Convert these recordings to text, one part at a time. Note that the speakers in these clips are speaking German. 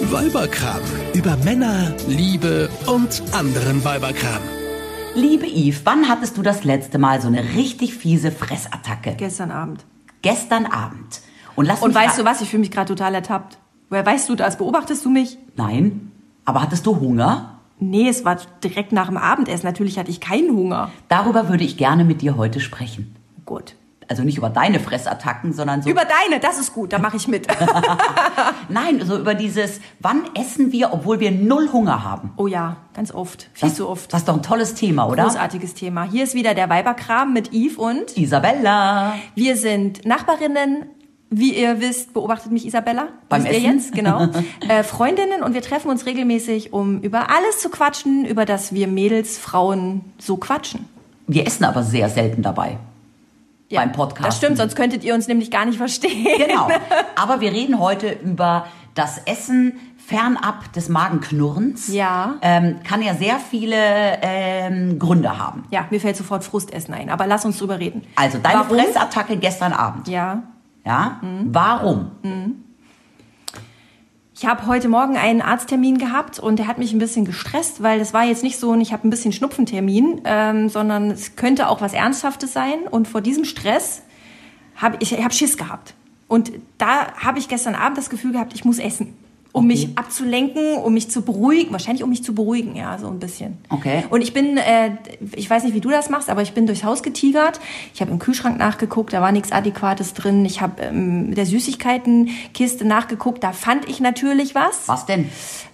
Weiberkram. Über Männer, Liebe und anderen Weiberkram. Liebe Yves, wann hattest du das letzte Mal so eine richtig fiese Fressattacke? Gestern Abend. Gestern Abend. Und weißt du was, ich fühle mich gerade total ertappt. Woher weißt du das? Beobachtest du mich? Nein. Aber hattest du Hunger? Nee, es war direkt nach dem Abendessen. Natürlich hatte ich keinen Hunger. Darüber würde ich gerne mit dir heute sprechen. Gut. Also nicht über deine Fressattacken, sondern so... Über deine, das ist gut, da mache ich mit. Nein, so über dieses, wann essen wir, obwohl wir null Hunger haben? Oh ja, ganz oft. Viel zu oft. Das ist doch ein tolles Thema, oder? Großartiges Thema. Hier ist wieder der Weiberkram mit Yves und... Isabella. Wir sind Nachbarinnen. Wie ihr wisst, beobachtet mich Isabella. Beim Wisst ihr Essen? jetzt, genau. Freundinnen, und wir treffen uns regelmäßig, um über alles zu quatschen, über das wir Mädels, Frauen so quatschen. Wir essen aber sehr selten dabei. Ja, beim Podcast. Das stimmt, sonst könntet ihr uns nämlich gar nicht verstehen. Genau. Aber wir reden heute über das Essen fernab des Magenknurrens. Ja. Kann ja sehr viele Gründe haben. Ja, mir fällt sofort Frustessen ein, aber lass uns drüber reden. Also deine Warum? Fressattacke gestern Abend. Ja. Ja? Warum? Ich habe heute Morgen einen Arzttermin gehabt und der hat mich ein bisschen gestresst, weil das war jetzt nicht so, ich habe ein bisschen Schnupfentermin, sondern es könnte auch was Ernsthaftes sein. Und vor diesem Stress habe ich Schiss gehabt. Und da habe ich gestern Abend das Gefühl gehabt, ich muss essen. Um mich abzulenken, um mich zu beruhigen. Wahrscheinlich um mich zu beruhigen, ja, so ein bisschen. Okay. Und ich bin, ich weiß nicht, wie du das machst, aber ich bin durchs Haus getigert. Ich habe im Kühlschrank nachgeguckt, da war nichts Adäquates drin. Ich habe mit der Süßigkeitenkiste nachgeguckt, da fand ich natürlich was. Was denn?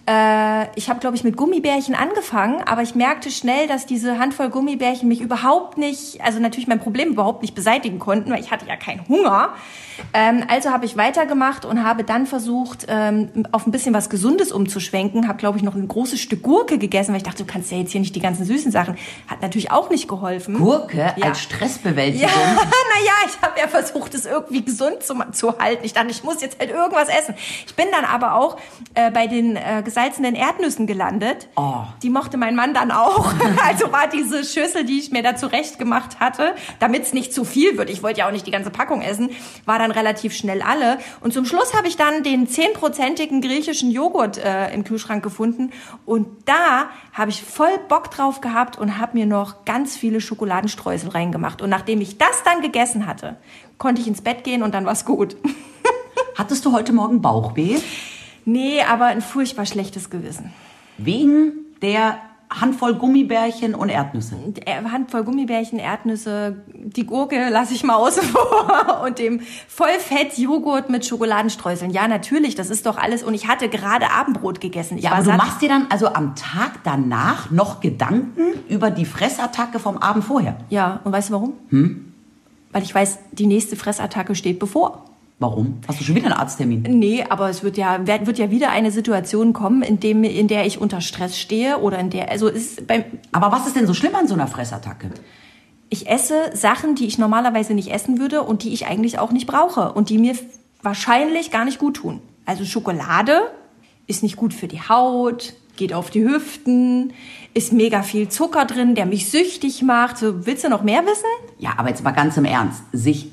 Ich habe, glaube ich, mit Gummibärchen angefangen, aber ich merkte schnell, dass diese Handvoll Gummibärchen mich überhaupt nicht, also natürlich mein Problem überhaupt nicht beseitigen konnten, weil ich hatte ja keinen Hunger. Also habe ich weitergemacht und habe dann versucht, auf ein bisschen was Gesundes umzuschwenken. Habe, glaube ich, noch ein großes Stück Gurke gegessen, weil ich dachte, du kannst ja jetzt hier nicht die ganzen süßen Sachen. Hat natürlich auch nicht geholfen. Gurke Ja. als Stressbewältigung? Ja, naja, ich habe ja versucht, es irgendwie gesund zu halten. Ich dachte, ich muss jetzt halt irgendwas essen. Ich bin dann aber auch bei den gesalzenen Erdnüssen gelandet. Oh. Die mochte mein Mann dann auch. Also war diese Schüssel, die ich mir da zurecht gemacht hatte, damit es nicht zu viel wird, ich wollte ja auch nicht die ganze Packung essen, war dann relativ schnell alle. Und zum Schluss habe ich dann den 10%igen griechischen Joghurt im Kühlschrank gefunden. Und da habe ich voll Bock drauf gehabt und habe mir noch ganz viele Schokoladenstreusel reingemacht. Und nachdem ich das dann gegessen hatte, konnte ich ins Bett gehen und dann war's gut. Hattest du heute Morgen Bauchweh? Nee, aber ein furchtbar schlechtes Gewissen. Wegen der Handvoll Gummibärchen und Erdnüsse? Handvoll Gummibärchen, Erdnüsse, die Gurke lasse ich mal außen vor und dem Vollfett-Joghurt mit Schokoladenstreuseln. Ja, natürlich, das ist doch alles. Und ich hatte gerade Abendbrot gegessen. Ja, aber du machst dir dann also am Tag danach noch Gedanken über die Fressattacke vom Abend vorher? Ja, und weißt du warum? Weil ich weiß, die nächste Fressattacke steht bevor. Warum? Hast du schon wieder einen Arzttermin? Nee, aber es wird ja wieder eine Situation kommen, in der ich unter Stress stehe oder in der, also ist Aber was ist denn so schlimm an so einer Fressattacke? Ich esse Sachen, die ich normalerweise nicht essen würde und die ich eigentlich auch nicht brauche und die mir wahrscheinlich gar nicht gut tun. Also Schokolade ist nicht gut für die Haut, geht auf die Hüften, ist mega viel Zucker drin, der mich süchtig macht. So, willst du noch mehr wissen? Ja, aber jetzt mal ganz im Ernst. Sich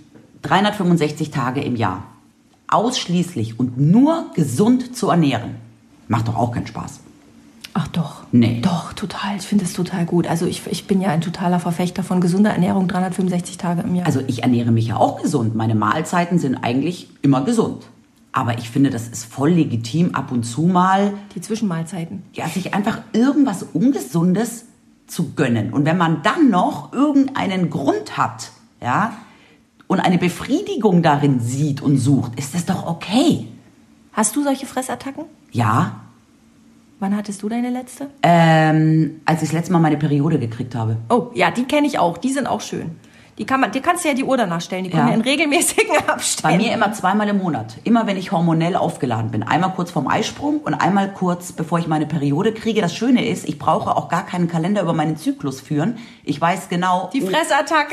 365 Tage im Jahr ausschließlich und nur gesund zu ernähren, macht doch auch keinen Spaß. Ach doch. Nee. Doch, total. Ich finde es total gut. Also ich bin ja ein totaler Verfechter von gesunder Ernährung 365 Tage im Jahr. Also ich ernähre mich ja auch gesund. Meine Mahlzeiten sind eigentlich immer gesund. Aber ich finde, das ist voll legitim, ab und zu mal die Zwischenmahlzeiten. Ja, sich einfach irgendwas Ungesundes zu gönnen. Und wenn man dann noch irgendeinen Grund hat, ja, und eine Befriedigung darin sieht und sucht, ist das doch okay. Hast du solche Fressattacken? Ja. Wann hattest du deine letzte? Als ich das letzte Mal meine Periode gekriegt habe. Oh, ja, die kenne ich auch. Die sind auch schön. Die kannst du ja die Uhr danach stellen. Die kommen ja in regelmäßigen Abständen. Bei mir immer 2-mal im Monat. Immer wenn ich hormonell aufgeladen bin. Einmal kurz vorm Eisprung und einmal kurz bevor ich meine Periode kriege. Das Schöne ist, ich brauche auch gar keinen Kalender über meinen Zyklus führen. Ich weiß genau... Die Fressattacke.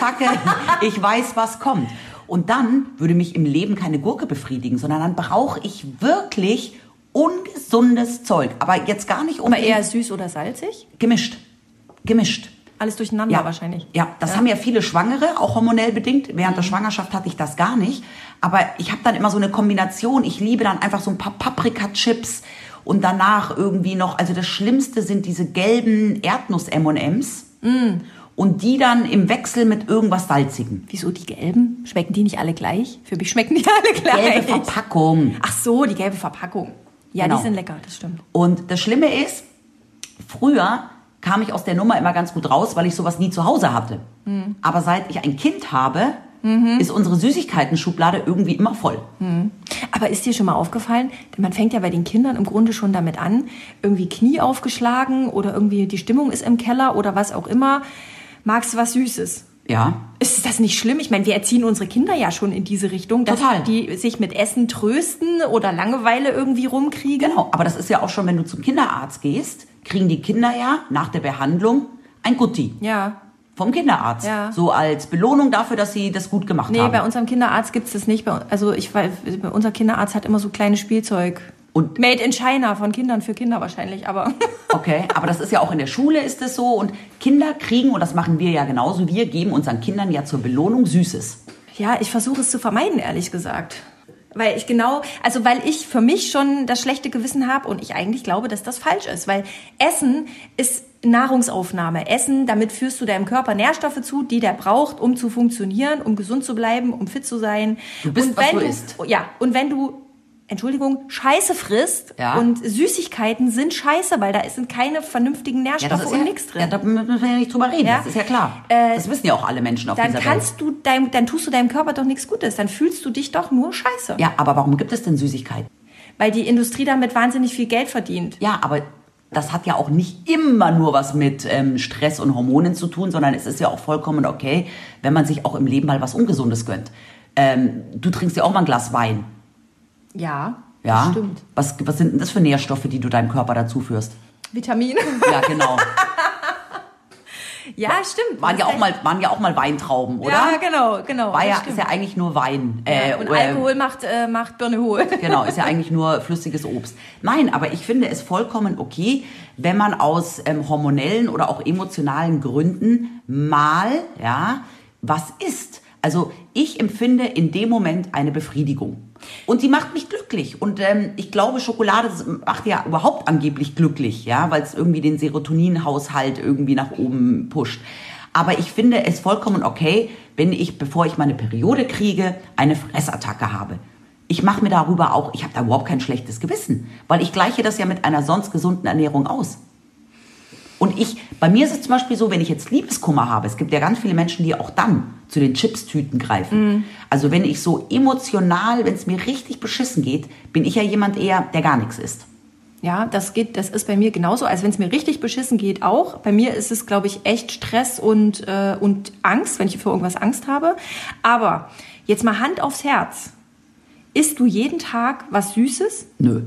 Ich weiß, was kommt. Und dann würde mich im Leben keine Gurke befriedigen, sondern dann brauche ich wirklich ungesundes Zeug. Aber jetzt gar nicht Aber eher süß oder salzig? Gemischt. Alles durcheinander wahrscheinlich. Ja, das haben ja viele Schwangere, auch hormonell bedingt. Während der Schwangerschaft hatte ich das gar nicht. Aber ich habe dann immer so eine Kombination. Ich liebe dann einfach so ein paar Paprika-Chips und danach irgendwie noch, also das Schlimmste sind diese gelben Erdnuss-M&Ms. Und die dann im Wechsel mit irgendwas Salzigem. Wieso die gelben? Schmecken die nicht alle gleich? Für mich schmecken die alle gleich. Gelbe Verpackung. Ach so, die gelbe Verpackung. Ja, Genau. Die sind lecker, das stimmt. Und das Schlimme ist, früher kam ich aus der Nummer immer ganz gut raus, weil ich sowas nie zu Hause hatte. Aber seit ich ein Kind habe, ist unsere Süßigkeiten-Schublade irgendwie immer voll. Aber ist dir schon mal aufgefallen, man fängt ja bei den Kindern im Grunde schon damit an, irgendwie Knie aufgeschlagen oder irgendwie die Stimmung ist im Keller oder was auch immer. Magst du was Süßes? Ja. Ist das nicht schlimm? Ich meine, wir erziehen unsere Kinder ja schon in diese Richtung, dass Total. die sich mit Essen trösten oder Langeweile irgendwie rumkriegen. Genau, aber das ist ja auch schon, wenn du zum Kinderarzt gehst, kriegen die Kinder ja nach der Behandlung ein Gutti Ja. vom Kinderarzt. Ja. So als Belohnung dafür, dass sie das gut gemacht Nee, haben. bei unserem Kinderarzt gibt's das nicht. Unser Kinderarzt hat immer so kleines Spielzeug. Und Made in China von Kindern für Kinder wahrscheinlich, aber... okay, aber das ist ja auch in der Schule ist es so und Kinder kriegen, und das machen wir ja genauso, wir geben unseren Kindern ja zur Belohnung Süßes. Ja, ich versuche es zu vermeiden, ehrlich gesagt. Weil ich für mich schon das schlechte Gewissen habe und ich eigentlich glaube, dass das falsch ist. Weil Essen ist Nahrungsaufnahme. Essen, damit führst du deinem Körper Nährstoffe zu, die der braucht, um zu funktionieren, um gesund zu bleiben, um fit zu sein. Du bist, und was wenn du isst. Ja, und wenn du Scheiße frisst Ja. und Süßigkeiten sind Scheiße, weil da sind keine vernünftigen Nährstoffe und nichts drin. Ja, da müssen wir ja nicht drüber reden, Ja. das ist ja klar. Das wissen ja auch alle Menschen auf Dann dieser Welt. dann tust du deinem Körper doch nichts Gutes. Dann fühlst du dich doch nur scheiße. Ja, aber warum gibt es denn Süßigkeiten? Weil die Industrie damit wahnsinnig viel Geld verdient. Ja, aber das hat ja auch nicht immer nur was mit Stress und Hormonen zu tun, sondern es ist ja auch vollkommen okay, wenn man sich auch im Leben mal was Ungesundes gönnt. Du trinkst ja auch mal ein Glas Wein. Ja, Ja? das stimmt. Was sind denn das für Nährstoffe, die du deinem Körper dazu führst? Vitamine. Ja, genau. Ja, stimmt. Waren ja auch mal Weintrauben, oder? Ja, genau. War das ja, stimmt. ist ja eigentlich nur Wein. Und Alkohol macht Birne hohl. Genau, ist ja eigentlich nur flüssiges Obst. Nein, aber ich finde es vollkommen okay, wenn man aus hormonellen oder auch emotionalen Gründen mal was isst. Also ich empfinde in dem Moment eine Befriedigung. Und die macht mich glücklich. Und ich glaube, Schokolade macht ja überhaupt angeblich glücklich, ja, weil es irgendwie den Serotoninhaushalt irgendwie nach oben pusht. Aber ich finde es vollkommen okay, wenn ich, bevor ich meine Periode kriege, eine Fressattacke habe. Ich mache mir darüber auch, ich habe da überhaupt kein schlechtes Gewissen, weil ich gleiche das ja mit einer sonst gesunden Ernährung aus. Und bei mir ist es zum Beispiel so, wenn ich jetzt Liebeskummer habe, es gibt ja ganz viele Menschen, die auch dann zu den Chipstüten greifen. Also wenn ich so emotional, wenn es mir richtig beschissen geht, bin ich ja jemand eher, der gar nichts isst. Ja, das ist bei mir genauso, als wenn es mir richtig beschissen geht auch. Bei mir ist es, glaube ich, echt Stress und Angst, wenn ich für irgendwas Angst habe. Aber jetzt mal Hand aufs Herz. Isst du jeden Tag was Süßes? Nö.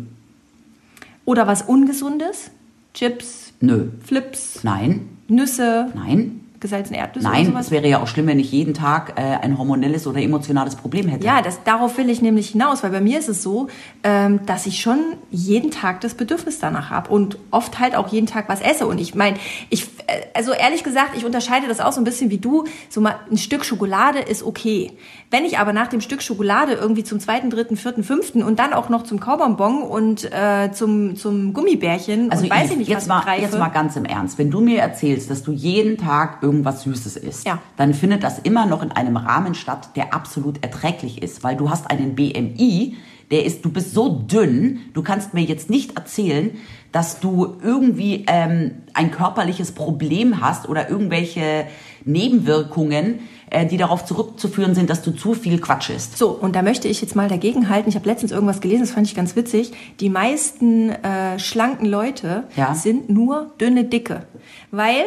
Oder was Ungesundes? Chips? Nö. Flips? Nein. Nüsse? Nein. Gesalzene Erdnüsse oder Nein, sowas? es wäre ja auch schlimm, wenn ich jeden Tag ein hormonelles oder emotionales Problem hätte. Ja, darauf will ich nämlich hinaus, weil bei mir ist es so, dass ich schon jeden Tag das Bedürfnis danach habe und oft halt auch jeden Tag was esse. Und ich meine, also ehrlich gesagt, ich unterscheide das auch so ein bisschen wie du. So mal ein Stück Schokolade ist okay. Wenn ich aber nach dem Stück Schokolade irgendwie zum 2., 3., 4., 5. und dann auch noch zum Kaubonbon und zum Gummibärchen Also und weiß ich nicht, jetzt was ich greife. Jetzt mal ganz im Ernst. Wenn du mir erzählst, dass du jeden Tag irgendwas Süßes isst, Ja. dann findet das immer noch in einem Rahmen statt, der absolut erträglich ist. Weil du hast einen BMI, du bist so dünn, du kannst mir jetzt nicht erzählen, dass du irgendwie ein körperliches Problem hast oder irgendwelche Nebenwirkungen, die darauf zurückzuführen sind, dass du zu viel Quatsch isst. So, und da möchte ich jetzt mal dagegen halten. Ich habe letztens irgendwas gelesen, das fand ich ganz witzig. Die meisten schlanken Leute sind nur dünne Dicke. Weil,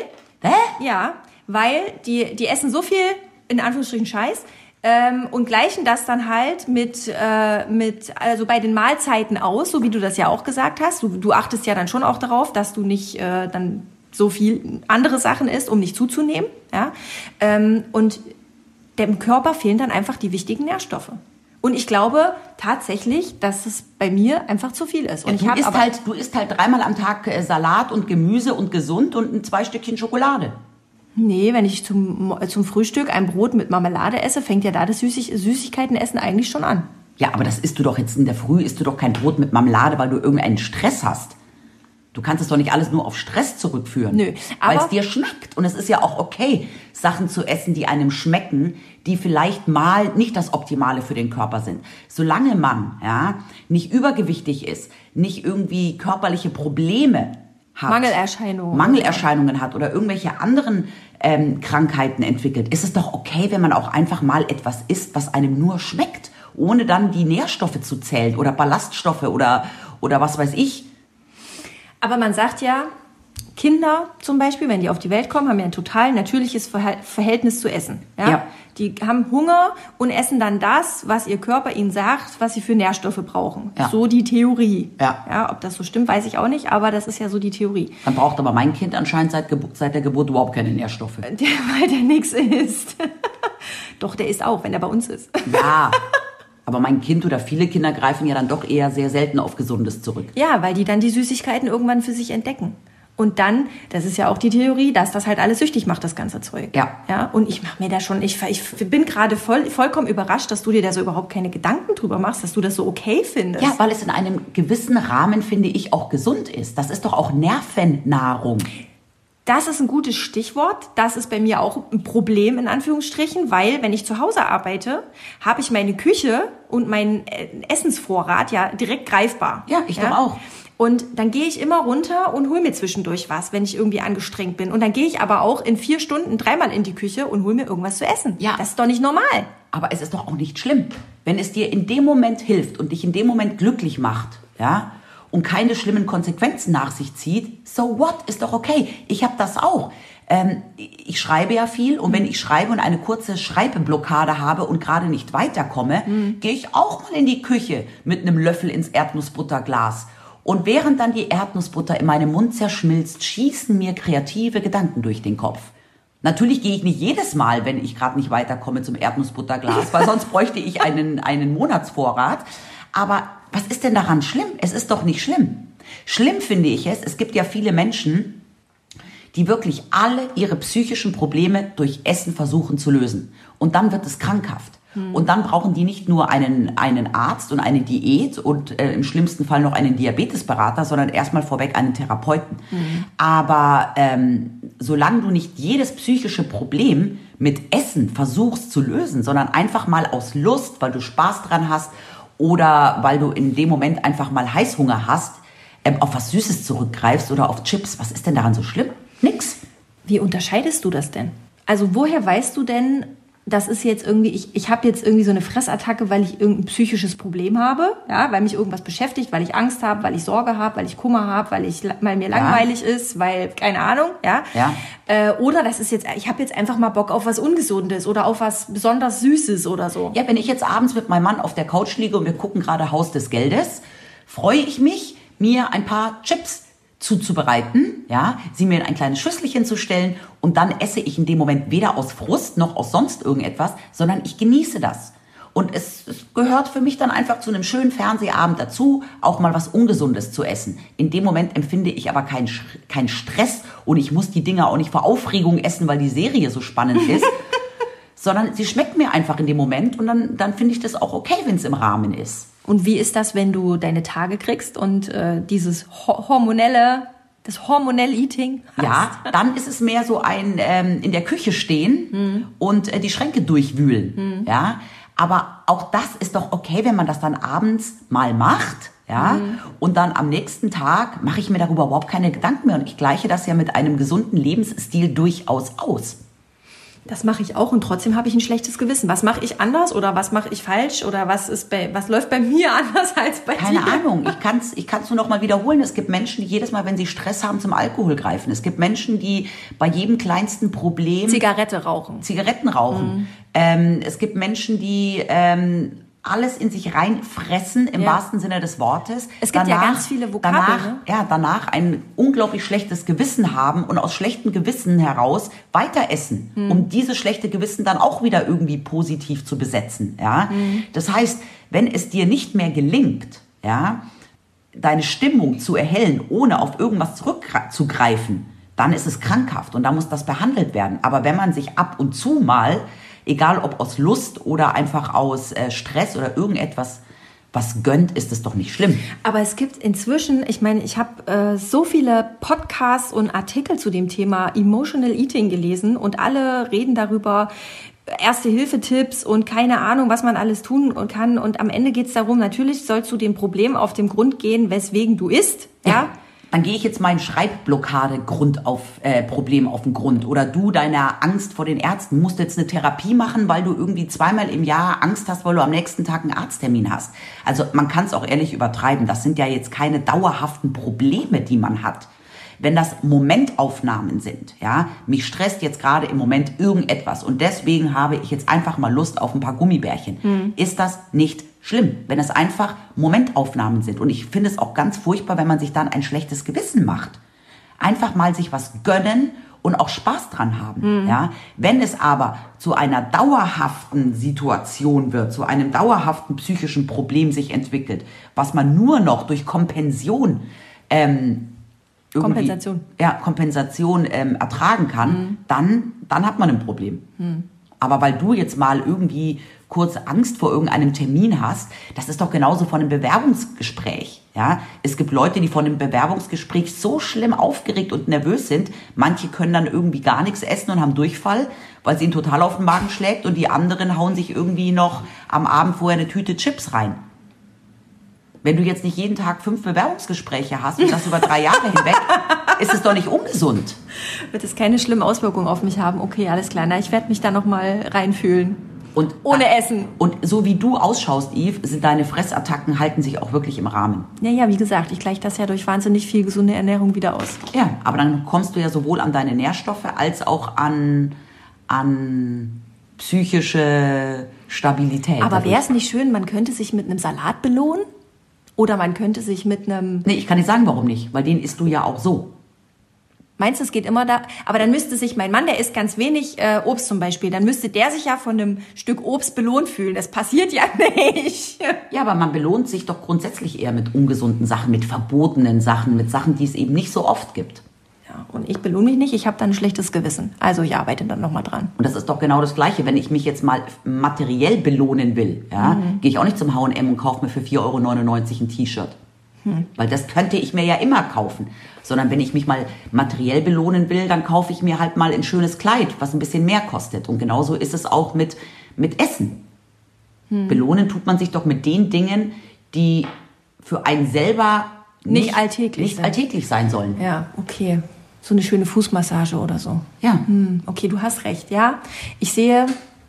weil die essen so viel, in Anführungsstrichen Scheiß, und gleichen das dann halt also bei den Mahlzeiten aus, so wie du das ja auch gesagt hast. Du achtest ja dann schon auch darauf, dass du nicht dann so viel andere Sachen isst, um nicht zuzunehmen. Ja? Und dem Körper fehlen dann einfach die wichtigen Nährstoffe. Und ich glaube tatsächlich, dass es bei mir einfach zu viel ist. Und du isst halt 3-mal am Tag Salat und Gemüse und gesund und 2 Stückchen Schokolade. Nee, wenn ich zum Frühstück ein Brot mit Marmelade esse, fängt ja da das Süßigkeitenessen eigentlich schon an. Ja, aber das isst du doch jetzt in der Früh, isst du doch kein Brot mit Marmelade, weil du irgendeinen Stress hast. Du kannst es doch nicht alles nur auf Stress zurückführen. Nö, weil es dir schmeckt. Und es ist ja auch okay, Sachen zu essen, die einem schmecken, die vielleicht mal nicht das Optimale für den Körper sind. Solange man nicht übergewichtig ist, nicht irgendwie körperliche Probleme hat, Mangelerscheinungen hat oder irgendwelche anderen Krankheiten entwickelt, ist es doch okay, wenn man auch einfach mal etwas isst, was einem nur schmeckt, ohne dann die Nährstoffe zu zählen oder Ballaststoffe oder was weiß ich. Aber man sagt ja, Kinder zum Beispiel, wenn die auf die Welt kommen, haben ja ein total natürliches Verhältnis zu Essen. Ja? Die haben Hunger und essen dann das, was ihr Körper ihnen sagt, was sie für Nährstoffe brauchen. Ja. So die Theorie. Ja, ob das so stimmt, weiß ich auch nicht, aber das ist ja so die Theorie. Dann braucht aber mein Kind anscheinend seit der Geburt überhaupt keine Nährstoffe. Weil der nichts isst. Doch, der isst auch, wenn er bei uns ist. Ja. Aber mein Kind oder viele Kinder greifen ja dann doch eher sehr selten auf Gesundes zurück. Ja, weil die dann die Süßigkeiten irgendwann für sich entdecken. Und dann, das ist ja auch die Theorie, dass das halt alles süchtig macht, das ganze Zeug. Ja. Und ich mache mir da schon, ich bin gerade vollkommen überrascht, dass du dir da so überhaupt keine Gedanken drüber machst, dass du das so okay findest. Ja, weil es in einem gewissen Rahmen, finde ich, auch gesund ist. Das ist doch auch Nervennahrung. Das ist ein gutes Stichwort. Das ist bei mir auch ein Problem, in Anführungsstrichen, weil, wenn ich zu Hause arbeite, habe ich meine Küche und meinen Essensvorrat ja direkt greifbar. Ja, ich doch auch. Und dann gehe ich immer runter und hole mir zwischendurch was, wenn ich irgendwie angestrengt bin. Und dann gehe ich aber auch in 4 Stunden 3-mal in die Küche und hole mir irgendwas zu essen. Ja. Das ist doch nicht normal. Aber es ist doch auch nicht schlimm. Wenn es dir in dem Moment hilft und dich in dem Moment glücklich macht, und keine schlimmen Konsequenzen nach sich zieht, so what, ist doch okay. Ich habe das auch. Ich schreibe ja viel und wenn ich schreibe und eine kurze Schreibblockade habe und gerade nicht weiterkomme, gehe ich auch mal in die Küche mit einem Löffel ins Erdnussbutterglas. Und während dann die Erdnussbutter in meinem Mund zerschmilzt, schießen mir kreative Gedanken durch den Kopf. Natürlich gehe ich nicht jedes Mal, wenn ich gerade nicht weiterkomme, zum Erdnussbutterglas, weil sonst bräuchte ich einen Monatsvorrat. Aber was ist denn daran schlimm? Es ist doch nicht schlimm. Schlimm finde ich es gibt ja viele Menschen, die wirklich alle ihre psychischen Probleme durch Essen versuchen zu lösen. Und dann wird es krankhaft. Und dann brauchen die nicht nur einen Arzt und eine Diät und im schlimmsten Fall noch einen Diabetesberater, sondern erstmal vorweg einen Therapeuten. Aber solange du nicht jedes psychische Problem mit Essen versuchst zu lösen, sondern einfach mal aus Lust, weil du Spaß dran hast, oder weil du in dem Moment einfach mal Heißhunger hast, auf was Süßes zurückgreifst oder auf Chips. Was ist denn daran so schlimm? Nix. Wie unterscheidest du das denn? Also woher weißt du denn, das ist jetzt irgendwie, ich habe jetzt irgendwie so eine Fressattacke, weil ich irgendein psychisches Problem habe, ja, weil mich irgendwas beschäftigt, weil ich Angst habe, weil ich Sorge habe, weil ich Kummer habe, weil mir langweilig ist, weil, keine Ahnung, oder das ist jetzt, ich habe jetzt einfach mal Bock auf was Ungesundes oder auf was besonders Süßes oder so. Ja, wenn ich jetzt abends mit meinem Mann auf der Couch liege und wir gucken gerade Haus des Geldes, freue ich mich, mir ein paar Chips zuzubereiten, sie mir in ein kleines Schüsselchen zu stellen und dann esse ich in dem Moment weder aus Frust noch aus sonst irgendetwas, sondern ich genieße das. Und es gehört für mich dann einfach zu einem schönen Fernsehabend dazu, auch mal was Ungesundes zu essen. In dem Moment empfinde ich aber keinen Stress und ich muss die Dinger auch nicht vor Aufregung essen, weil die Serie so spannend ist, sondern sie schmeckt mir einfach in dem Moment und dann finde ich das auch okay, wenn es im Rahmen ist. Und wie ist das, wenn du deine Tage kriegst und dieses hormonelle Eating hast? Ja, dann ist es mehr so ein in der Küche stehen und die Schränke durchwühlen. Ja, aber auch das ist doch okay, wenn man das dann abends mal macht. Ja, und dann am nächsten Tag mache ich mir darüber überhaupt keine Gedanken mehr. Und ich gleiche das ja mit einem gesunden Lebensstil durchaus aus. Das mache ich auch und trotzdem habe ich ein schlechtes Gewissen. Was mache ich anders oder was mache ich falsch oder was läuft bei mir anders als bei dir? Keine Ahnung. Ich kann's nur noch mal wiederholen. Es gibt Menschen, die jedes Mal, wenn sie Stress haben, zum Alkohol greifen. Es gibt Menschen, die bei jedem kleinsten Problem Zigaretten rauchen. Es gibt Menschen, die alles in sich reinfressen, im wahrsten Sinne des Wortes. Es gibt ja ganz viele Vokabeln. Danach ein unglaublich schlechtes Gewissen haben und aus schlechtem Gewissen heraus weiter essen, um dieses schlechte Gewissen dann auch wieder irgendwie positiv zu besetzen. Ja? Das heißt, wenn es dir nicht mehr gelingt, deine Stimmung zu erhellen, ohne auf irgendwas zurückzugreifen, dann ist es krankhaft und dann muss das behandelt werden. Aber wenn man sich ab und zu mal, egal ob aus Lust oder einfach aus Stress oder irgendetwas, was gönnt, ist es doch nicht schlimm. Aber es gibt inzwischen, ich meine, ich habe so viele Podcasts und Artikel zu dem Thema Emotional Eating gelesen und alle reden darüber, Erste-Hilfe-Tipps und keine Ahnung, was man alles tun kann. Und am Ende geht es darum, natürlich sollst du dem Problem auf den Grund gehen, weswegen du isst. Ja. Dann gehe ich jetzt meinen Schreibblockade-Problem auf den Grund. Oder du deiner Angst vor den Ärzten musst jetzt eine Therapie machen, weil du irgendwie 2-mal im Jahr Angst hast, weil du am nächsten Tag einen Arzttermin hast. Also man kann es auch ehrlich übertreiben. Das sind ja jetzt keine dauerhaften Probleme, die man hat. Wenn das Momentaufnahmen sind, ja, mich stresst jetzt gerade im Moment irgendetwas und deswegen habe ich jetzt einfach mal Lust auf ein paar Gummibärchen, ist das nicht schlimm, wenn es einfach Momentaufnahmen sind. Und ich finde es auch ganz furchtbar, wenn man sich dann ein schlechtes Gewissen macht. Einfach mal sich was gönnen und auch Spaß dran haben. Ja? Wenn es aber zu einer dauerhaften Situation wird, zu einem dauerhaften psychischen Problem sich entwickelt, was man nur noch durch Kompensation ertragen kann, dann hat man ein Problem. Aber weil du jetzt mal irgendwie kurz Angst vor irgendeinem Termin hast, das ist doch genauso von einem Bewerbungsgespräch. Ja? Es gibt Leute, die von einem Bewerbungsgespräch so schlimm aufgeregt und nervös sind, manche können dann irgendwie gar nichts essen und haben Durchfall, weil es ihnen total auf den Magen schlägt und die anderen hauen sich irgendwie noch am Abend vorher eine Tüte Chips rein. Wenn du jetzt nicht jeden Tag 5 Bewerbungsgespräche hast und das über 3 Jahre hinweg, ist es doch nicht ungesund. Wird es keine schlimmen Auswirkungen auf mich haben? Okay, alles klar. Na, ich werde mich da noch mal reinfühlen. Und ohne Essen. Und so wie du ausschaust, Yves, sind deine Fressattacken, halten sich auch wirklich im Rahmen. Ja, wie gesagt, ich gleiche das ja durch wahnsinnig viel gesunde Ernährung wieder aus. Ja, aber dann kommst du ja sowohl an deine Nährstoffe als auch an psychische Stabilität. Aber wäre es nicht schön, man könnte sich mit einem Salat belohnen? Oder man könnte sich mit einem... Nee, ich kann nicht sagen, warum nicht, weil den isst du ja auch so. Meinst du, es geht immer da? Aber dann müsste sich mein Mann, der isst ganz wenig Obst zum Beispiel, dann müsste der sich ja von einem Stück Obst belohnt fühlen. Das passiert ja nicht. Ja, aber man belohnt sich doch grundsätzlich eher mit ungesunden Sachen, mit verbotenen Sachen, mit Sachen, die es eben nicht so oft gibt. Ja, und ich belohne mich nicht, ich habe dann ein schlechtes Gewissen. Also ich arbeite dann nochmal dran. Und das ist doch genau das Gleiche, wenn ich mich jetzt mal materiell belohnen will. Ja, gehe ich auch nicht zum H&M und kaufe mir für 4,99 € ein T-Shirt. Weil das könnte ich mir ja immer kaufen. Sondern wenn ich mich mal materiell belohnen will, dann kaufe ich mir halt mal ein schönes Kleid, was ein bisschen mehr kostet. Und genauso ist es auch mit Essen. Belohnen tut man sich doch mit den Dingen, die für einen selber nicht alltäglich sein sollen. Ja, okay. So eine schöne Fußmassage oder so. Ja. Okay, du hast recht, ja. Ich sehe,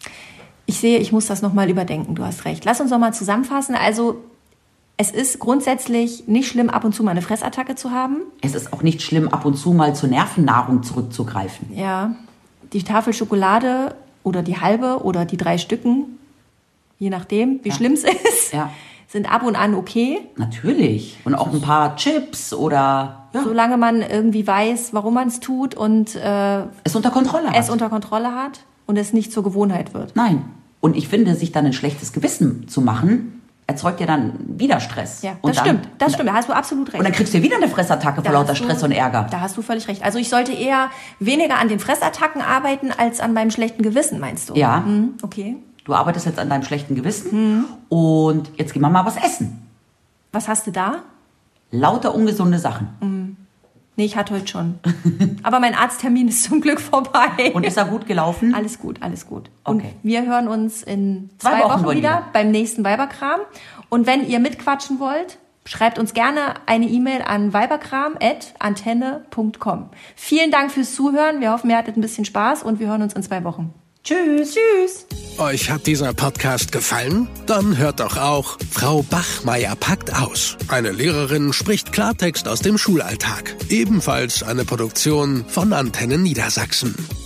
ich muss das nochmal überdenken, du hast recht. Lass uns nochmal zusammenfassen. Also, es ist grundsätzlich nicht schlimm, ab und zu mal eine Fressattacke zu haben. Es ist auch nicht schlimm, ab und zu mal zur Nervennahrung zurückzugreifen. Ja, die Tafel Schokolade oder die halbe oder die 3 Stücken, je nachdem, wie schlimm es ist, sind ab und an okay. Natürlich. Und auch ein paar Chips oder... Ja. Solange man irgendwie weiß, warum man es tut und es unter Kontrolle hat und es nicht zur Gewohnheit wird. Nein. Und ich finde, sich dann ein schlechtes Gewissen zu machen, erzeugt ja dann wieder Stress. Ja, das stimmt, da hast du absolut recht. Und dann kriegst du ja wieder eine Fressattacke vor lauter Stress und Ärger. Da hast du völlig recht. Also ich sollte eher weniger an den Fressattacken arbeiten, als an meinem schlechten Gewissen, meinst du? Ja. Okay. Du arbeitest jetzt an deinem schlechten Gewissen und jetzt gehen wir mal was essen. Was hast du da? Lauter ungesunde Sachen. Nee, ich hatte heute schon. Aber mein Arzttermin ist zum Glück vorbei. Und ist er gut gelaufen? Alles gut, alles gut. Okay. Und wir hören uns in 2 Wochen wieder beim nächsten Weiberkram. Und wenn ihr mitquatschen wollt, schreibt uns gerne eine E-Mail an weiberkram@antenne.com. Vielen Dank fürs Zuhören. Wir hoffen, ihr hattet ein bisschen Spaß und wir hören uns in 2 Wochen. Tschüss. Tschüss. Euch hat dieser Podcast gefallen? Dann hört doch auch Frau Bachmeier packt aus. Eine Lehrerin spricht Klartext aus dem Schulalltag. Ebenfalls eine Produktion von Antenne Niedersachsen.